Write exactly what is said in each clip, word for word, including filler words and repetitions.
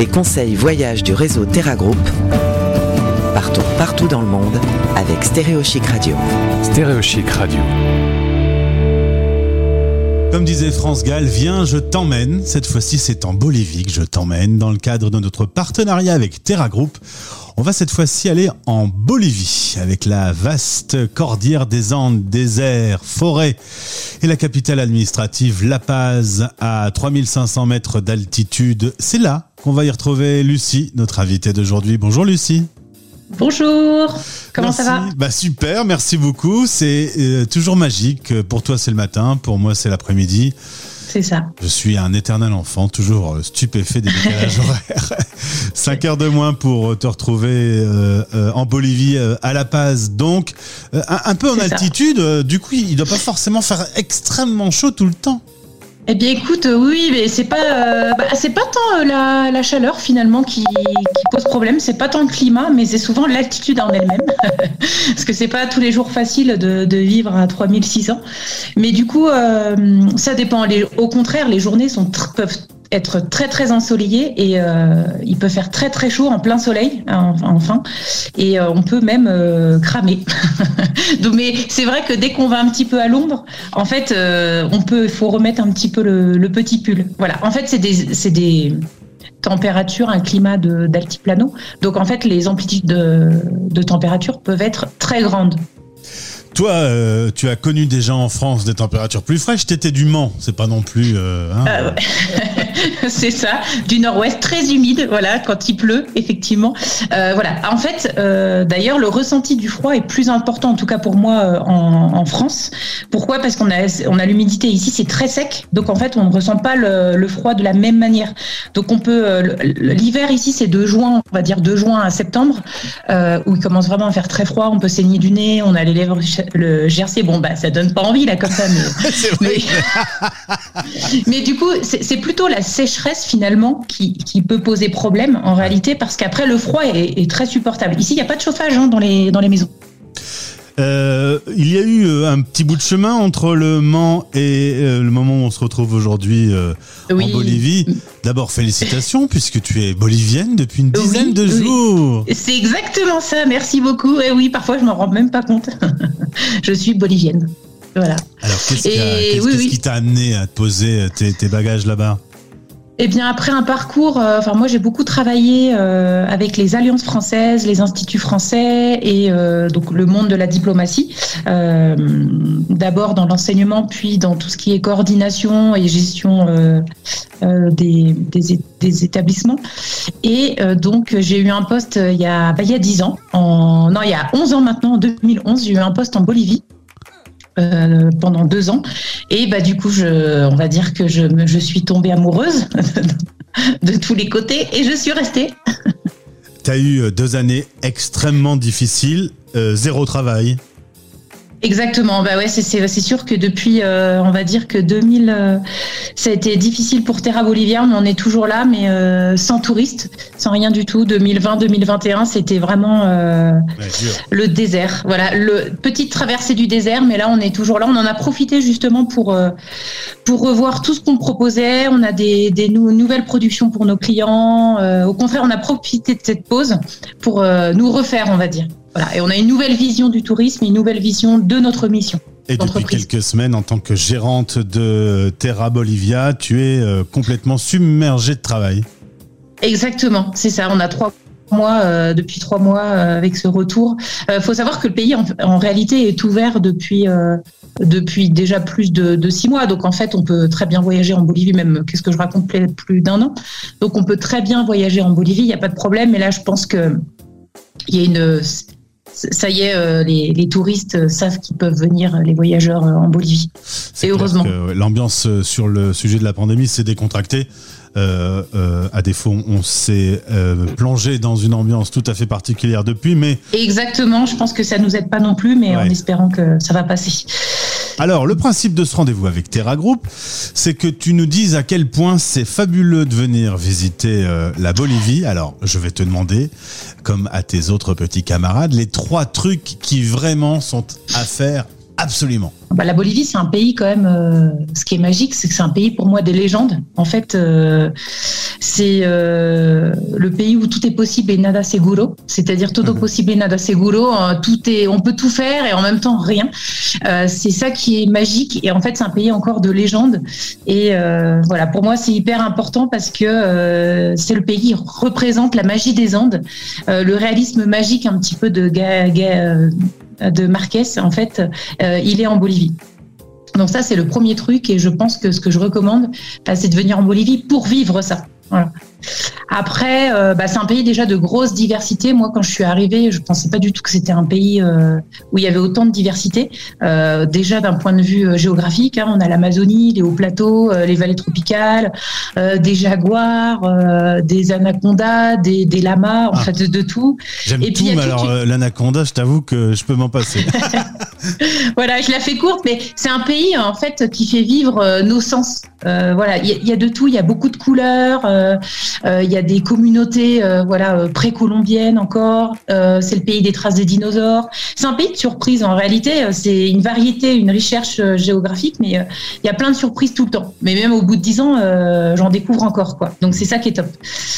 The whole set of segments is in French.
les conseils voyage du réseau Terra Group. Partons partout dans le monde avec Stéréo Chic Radio. Stéréo Chic Radio. Comme disait France Gall, viens, je t'emmène. Cette fois-ci, c'est en Bolivie que je t'emmène dans le cadre de notre partenariat avec Terra Group. On va cette fois-ci aller en Bolivie avec la vaste cordillère des Andes, déserts, forêts et la capitale administrative La Paz à trois mille cinq cents mètres d'altitude. C'est là qu'on va y retrouver Lucie, notre invitée d'aujourd'hui. Bonjour Lucie. Bonjour, comment merci. Ça va ? Bah super, merci beaucoup. C'est euh, toujours magique. Pour toi, c'est le matin. Pour moi, c'est l'après-midi. C'est ça. Je suis un éternel enfant, toujours stupéfait des décalages horaires. Cinq heures de moins pour te retrouver euh, euh, en Bolivie, euh, à La Paz. Donc, euh, un, un peu en c'est altitude. Euh, du coup, il ne doit pas forcément faire extrêmement chaud tout le temps. Eh bien, écoute, euh, oui, mais c'est pas, euh, bah, c'est pas tant euh, la, la chaleur finalement qui, qui pose problème. C'est pas tant le climat, mais c'est souvent l'altitude en elle-même, parce que c'est pas tous les jours facile de, de vivre à trois mille six cents. Mais du coup, euh, ça dépend. Les, au contraire, les journées sont tr- peuvent être très très ensoleillé et euh, il peut faire très très chaud en plein soleil enfin et euh, on peut même euh, cramer. Donc, mais c'est vrai que dès qu'on va un petit peu à l'ombre, en fait euh, on peut, il faut remettre un petit peu le, le petit pull. Voilà, en fait c'est des c'est des températures, un climat de, d'altiplano. Donc en fait les amplitudes de, de température peuvent être très grandes. Toi, euh, tu as connu déjà en France des températures plus fraîches. T'étais du Mans, c'est pas non plus. Euh, hein, euh, ouais. C'est ça, du nord-ouest, très humide, voilà, quand il pleut, effectivement. Euh, voilà. En fait, euh, d'ailleurs, le ressenti du froid est plus important, en tout cas pour moi, euh, en, en France. Pourquoi ? Parce qu'on a, on a l'humidité ici, c'est très sec, donc en fait, on ne ressent pas le, le froid de la même manière. Donc on peut, euh, l'hiver ici, c'est de juin, on va dire de juin à septembre, euh, où il commence vraiment à faire très froid. On peut saigner du nez, on a les lèvres. Le Jersey, bon bah ça donne pas envie là comme ça, mais mais, mais du coup c'est, c'est plutôt la sécheresse finalement qui, qui peut poser problème en réalité, parce qu'après le froid est, est très supportable. Ici il n'y a pas de chauffage hein, dans les dans les maisons. Euh, il y a eu un petit bout de chemin entre le Mans et euh, le moment où on se retrouve aujourd'hui euh, oui. en Bolivie. D'abord, félicitations, puisque tu es bolivienne depuis une dizaine oui, de oui. jours. C'est exactement ça, merci beaucoup. Et oui, parfois, je m'en rends même pas compte. Je suis bolivienne. Voilà. Alors, qu'est-ce, et qui, a, qu'est-ce, oui, qu'est-ce oui. qui t'a amené à te poser tes, tes bagages là-bas ? Eh bien, après un parcours, euh, enfin moi j'ai beaucoup travaillé euh, avec les alliances françaises, les instituts français et euh, donc le monde de la diplomatie. Euh, d'abord dans l'enseignement, puis dans tout ce qui est coordination et gestion euh, euh, des, des, des établissements. Et euh, donc j'ai eu un poste il y a bah, il y a dix ans, en, non il y a onze ans maintenant, en deux mille onze, j'ai eu un poste en Bolivie. Euh, pendant deux ans et bah du coup je on va dire que je je suis tombée amoureuse de tous les côtés et je suis restée. T'as eu deux années extrêmement difficiles, euh, zéro travail. Exactement, bah ouais, c'est, c'est, c'est sûr que depuis, euh, on va dire que deux mille, euh, ça a été difficile pour Terra Bolivia, mais on est toujours là, mais euh, sans touristes, sans rien du tout. deux mille vingt deux mille vingt et un, c'était vraiment euh, ouais, le désert. Voilà, le petite traversée du désert, mais là, on est toujours là. On en a profité justement pour euh, pour revoir tout ce qu'on proposait. On a des, des nou- nouvelles productions pour nos clients. Euh, au contraire, on a profité de cette pause pour euh, nous refaire, on va dire. Voilà, et on a une nouvelle vision du tourisme, une nouvelle vision de notre mission. Et depuis quelques semaines, en tant que gérante de Terra Bolivia, tu es euh, complètement submergée de travail. Exactement, c'est ça. On a trois mois, euh, depuis trois mois euh, avec ce retour. Il euh, faut savoir que le pays, en, en réalité, est ouvert depuis euh, depuis déjà plus de, de six mois. Donc en fait, on peut très bien voyager en Bolivie, même qu'est-ce que je raconte, plus d'un an. Donc on peut très bien voyager en Bolivie, il n'y a pas de problème. Mais là, je pense que il y a une ça y est, euh, les, les touristes savent qu'ils peuvent venir, les voyageurs, euh, en Bolivie. C'est et heureusement. Que l'ambiance sur le sujet de la pandémie s'est décontractée. Euh, euh, à défaut, on s'est euh, plongé dans une ambiance tout à fait particulière depuis, mais... Exactement, je pense que ça nous aide pas non plus, mais ouais. En espérant que ça va passer. Alors, le principe de ce rendez-vous avec Terra Group, c'est que tu nous dises à quel point c'est fabuleux de venir visiter euh, la Bolivie. Alors, je vais te demander, comme à tes autres petits camarades, les trois trucs qui vraiment sont à faire absolument. Bah, la Bolivie, c'est un pays quand même. Euh, ce qui est magique, c'est que c'est un pays pour moi des légendes. En fait, euh, c'est euh, le pays où tout est possible et nada seguro. C'est-à-dire todo possible et nada seguro. Euh, tout est, on peut tout faire et en même temps rien. Euh, c'est ça qui est magique. Et en fait, c'est un pays encore de légende. Et euh, voilà, pour moi, c'est hyper important parce que euh, c'est le pays qui représente la magie des Andes, euh, le réalisme magique un petit peu de Ga, Ga, de Marquez. En fait, euh, il est en Bolivie. Donc ça, c'est le premier truc et je pense que ce que je recommande, bah, c'est de venir en Bolivie pour vivre ça. Voilà. Après, euh, bah, c'est un pays déjà de grosse diversité. Moi, quand je suis arrivée, je pensais pas du tout que c'était un pays euh, où il y avait autant de diversité. Euh, déjà d'un point de vue euh, géographique, hein, on a l'Amazonie, les hauts plateaux, euh, les vallées tropicales, euh, des jaguars, euh, des anacondas, des, des lamas, en ah. fait, de, de tout. J'aime Et tout, puis, mais alors euh, l'anaconda, je t'avoue que je peux m'en passer. Voilà, je la fais courte, mais c'est un pays en fait qui fait vivre euh, nos sens. Euh, voilà, il y, y a de tout, il y a beaucoup de couleurs, il euh, euh, y a des communautés, euh, voilà, euh, précolombiennes encore. Euh, c'est le pays des traces des dinosaures. C'est un pays de surprises en réalité. C'est une variété, une recherche euh, géographique, mais il euh, y a plein de surprises tout le temps. Mais même au bout de dix ans, euh, j'en découvre encore quoi. Donc c'est ça qui est top.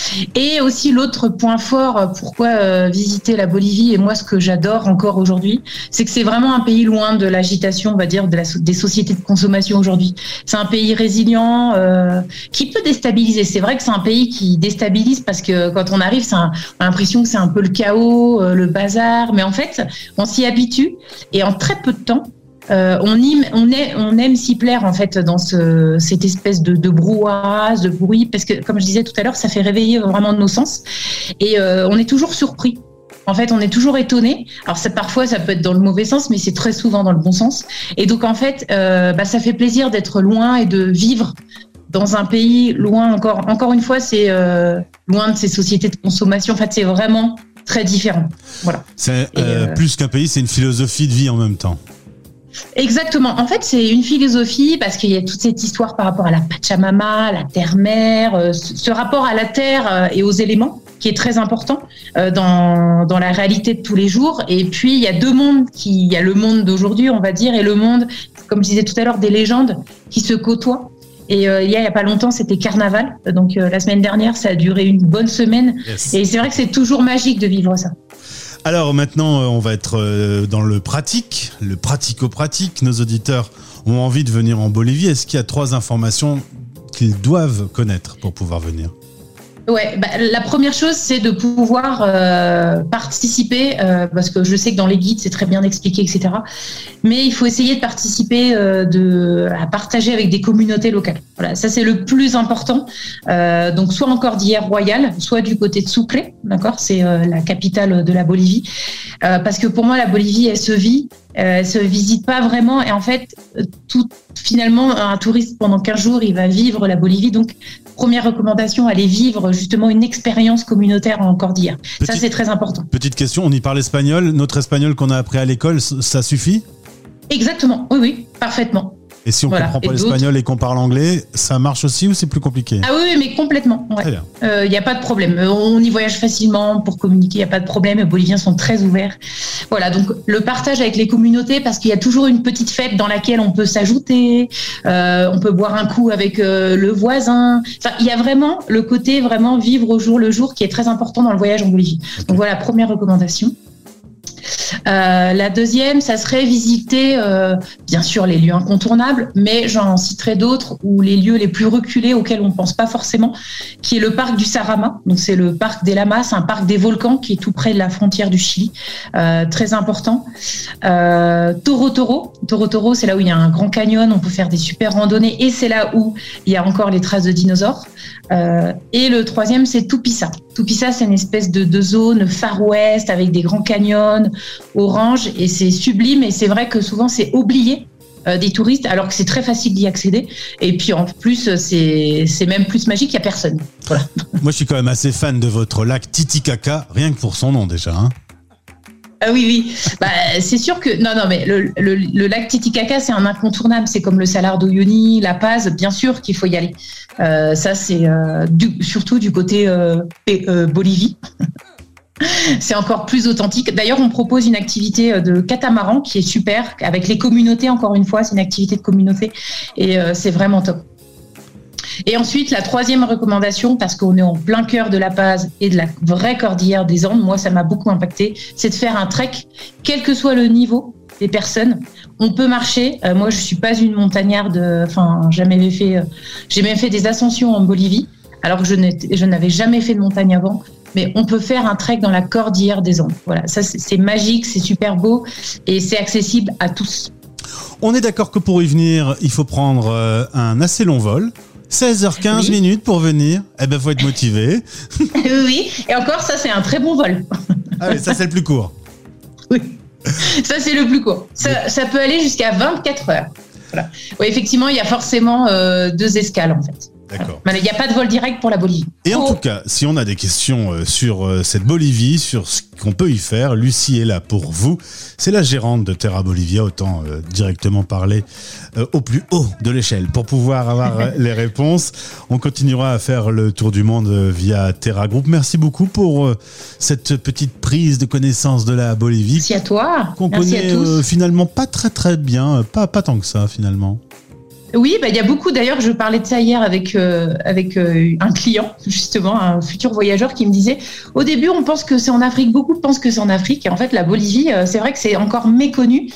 Et aussi l'autre point fort, pourquoi euh, visiter la Bolivie et moi ce que j'adore encore aujourd'hui, c'est que c'est vraiment un pays loin de l'agitation, on va dire, de la, des sociétés de consommation aujourd'hui. C'est un pays résilient euh, qui peut déstabiliser. C'est vrai que c'est un pays qui déstabilise parce que quand on arrive, c'est un, on a l'impression que c'est un peu le chaos, euh, le bazar, mais en fait, on s'y habitue et en très peu de temps, Euh, on, aime, on, est, on aime s'y plaire en fait dans ce, cette espèce de, de brouhaha, de bruit, parce que comme je disais tout à l'heure, ça fait réveiller vraiment nos sens et euh, on est toujours surpris. En fait, on est toujours étonné. Alors ça, parfois, ça peut être dans le mauvais sens, mais c'est très souvent dans le bon sens. Et donc en fait, euh, bah, ça fait plaisir d'être loin et de vivre dans un pays loin encore. Encore une fois, c'est euh, loin de ces sociétés de consommation. En fait, c'est vraiment très différent. Voilà. C'est euh, euh, plus qu'un pays, c'est une philosophie de vie en même temps. Exactement. En fait, c'est une philosophie parce qu'il y a toute cette histoire par rapport à la Pachamama, la terre-mère, euh, ce rapport à la terre euh, et aux éléments qui est très important euh, dans dans la réalité de tous les jours. Et puis il y a deux mondes, qui, il y a le monde d'aujourd'hui, on va dire, et le monde, comme je disais tout à l'heure, des légendes qui se côtoient. Et euh, il y a il y a pas longtemps, c'était Carnaval. Donc euh, la semaine dernière, ça a duré une bonne semaine. Yes. Et c'est vrai que c'est toujours magique de vivre ça. Alors maintenant, on va être dans le pratique, le pratico-pratique. Nos auditeurs ont envie de venir en Bolivie. Est-ce qu'il y a trois informations qu'ils doivent connaître pour pouvoir venir ? Ouais, bah, la première chose, c'est de pouvoir euh, participer, euh, parce que je sais que dans les guides, c'est très bien expliqué, et cetera. Mais il faut essayer de participer, euh, de, à partager avec des communautés locales. Voilà, ça c'est le plus important. Euh, donc soit en Cordillère Royale, soit du côté de Sucre, d'accord, c'est euh, la capitale de la Bolivie. Euh, parce que pour moi, la Bolivie, elle se vit. Euh, elle se visite pas vraiment et en fait, tout finalement, un touriste pendant quinze jours, il va vivre la Bolivie. Donc, première recommandation, aller vivre justement une expérience communautaire en Cordillère. Petite, ça, c'est très important. Petite question, on y parle espagnol. Notre espagnol qu'on a appris à l'école, ça suffit ? Exactement, oui, oui, parfaitement. Et si on ne voilà. comprend pas et l'espagnol d'autres... et qu'on parle anglais, ça marche aussi ou c'est plus compliqué ? Ah oui, mais complètement. Il ouais. n'y euh, a pas de problème. On y voyage facilement pour communiquer, il n'y a pas de problème. Les Boliviens sont très ouverts. Voilà, donc le partage avec les communautés, parce qu'il y a toujours une petite fête dans laquelle on peut s'ajouter, euh, on peut boire un coup avec euh, le voisin. Enfin, il y a vraiment le côté vraiment vivre au jour le jour qui est très important dans le voyage en Bolivie. Okay. Donc voilà, première recommandation. Euh, la deuxième, ça serait visiter euh, bien sûr les lieux incontournables, mais j'en citerai d'autres ou les lieux les plus reculés auxquels on ne pense pas forcément, qui est le parc du Sarama. Donc c'est le parc des Lamas, c'est un parc des volcans qui est tout près de la frontière du Chili, euh, très important. Euh, Toro Toro, Toro Toro, c'est là où il y a un grand canyon, on peut faire des super randonnées et c'est là où il y a encore les traces de dinosaures. Euh, et le troisième, c'est Tupisa. Tupisa, c'est une espèce de, de zone Far West avec des grands canyons orange et c'est sublime et c'est vrai que souvent c'est oublié euh, des touristes alors que c'est très facile d'y accéder et puis en plus c'est, c'est même plus magique, il n'y a personne. Voilà. Moi je suis quand même assez fan de votre lac Titicaca, rien que pour son nom déjà. Hein. Ah oui, oui. Bah, c'est sûr que... Non, non, mais le, le, le lac Titicaca, c'est un incontournable. C'est comme le Salar d'Uyuni, La Paz, bien sûr qu'il faut y aller. Euh, ça, c'est euh, du, surtout du côté euh, euh, Bolivie. C'est encore plus authentique. D'ailleurs, on propose une activité de catamaran qui est super, avec les communautés, encore une fois, c'est une activité de communauté et euh, c'est vraiment top. Et ensuite, la troisième recommandation, parce qu'on est en plein cœur de la Paz et de la vraie cordillère des Andes, moi, ça m'a beaucoup impacté, c'est de faire un trek, quel que soit le niveau des personnes. On peut marcher. Euh, moi, je suis pas une montagnarde, enfin, jamais fait, euh, j'ai même fait des ascensions en Bolivie, alors que je, je n'avais jamais fait de montagne avant. Mais on peut faire un trek dans la cordillère des Andes. Voilà, ça c'est, c'est magique, c'est super beau et c'est accessible à tous. On est d'accord que pour y venir, il faut prendre euh, un assez long vol. seize heures quinze oui. minutes pour venir. Eh ben, faut être motivé. Oui, et encore, ça c'est un très bon vol. Ah oui, ça c'est le plus court. Oui, ça c'est le plus court. Ça, ça peut aller jusqu'à vingt-quatre heures. Voilà. Oui, effectivement, il y a forcément euh, deux escales en fait. D'accord. Il n'y a pas de vol direct pour la Bolivie. Et en oh. tout cas, si on a des questions sur cette Bolivie, sur ce qu'on peut y faire, Lucie est là pour vous. C'est la gérante de Terra Bolivia, autant euh, directement parler euh, au plus haut de l'échelle pour pouvoir avoir les réponses. On continuera à faire le tour du monde via Terra Group. Merci beaucoup pour euh, cette petite prise de connaissance de la Bolivie. Merci à toi. Qu'on Merci connaît à tous. Euh, finalement pas très très bien, pas, pas tant que ça finalement. Oui, bah, il y a beaucoup. D'ailleurs, je parlais de ça hier avec euh, avec euh, un client, justement, un futur voyageur qui me disait au début, on pense que c'est en Afrique. Beaucoup pensent que c'est en Afrique. Et en fait, la Bolivie, euh, c'est vrai que c'est encore méconnu.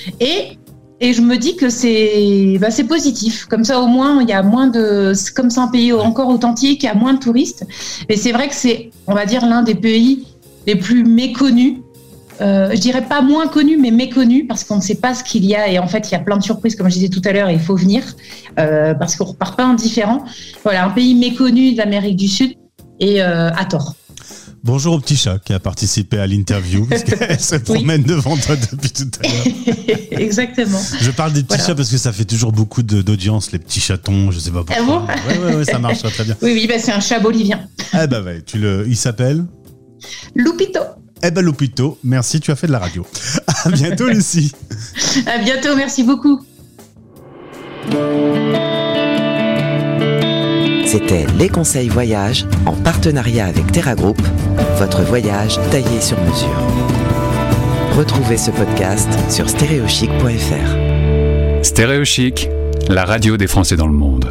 Et et je me dis que c'est bah, c'est positif. Comme ça, au moins, il y a moins de. Comme c'est un pays encore authentique, il y a moins de touristes. Et c'est vrai que c'est, on va dire, l'un des pays les plus méconnus. Euh, je dirais pas moins connu, mais méconnu, parce qu'on ne sait pas ce qu'il y a. Et en fait, il y a plein de surprises, comme je disais tout à l'heure, et il faut venir, euh, parce qu'on ne repart pas indifférent. Voilà, un pays méconnu d'Amérique du Sud, et euh, à tort. Bonjour au petit chat qui a participé à l'interview, parce qu'elle se promène oui. devant toi depuis tout à l'heure. Exactement. Je parle des petits voilà. chats parce que ça fait toujours beaucoup de, d'audience, les petits chatons, je sais pas pourquoi. Ah bon ouais, ouais, ouais, ça marche très bien. Oui, oui, bah, c'est un chat bolivien. Ah bah ouais, tu le, il s'appelle Lupito. Eh ben Lupito, merci, tu as fait de la radio. À bientôt Lucie. À bientôt, merci beaucoup. C'était Les Conseils Voyage en partenariat avec Terra Group, votre voyage taillé sur mesure. Retrouvez ce podcast sur stéréochic point f r. Stéréochic, la radio des Français dans le monde.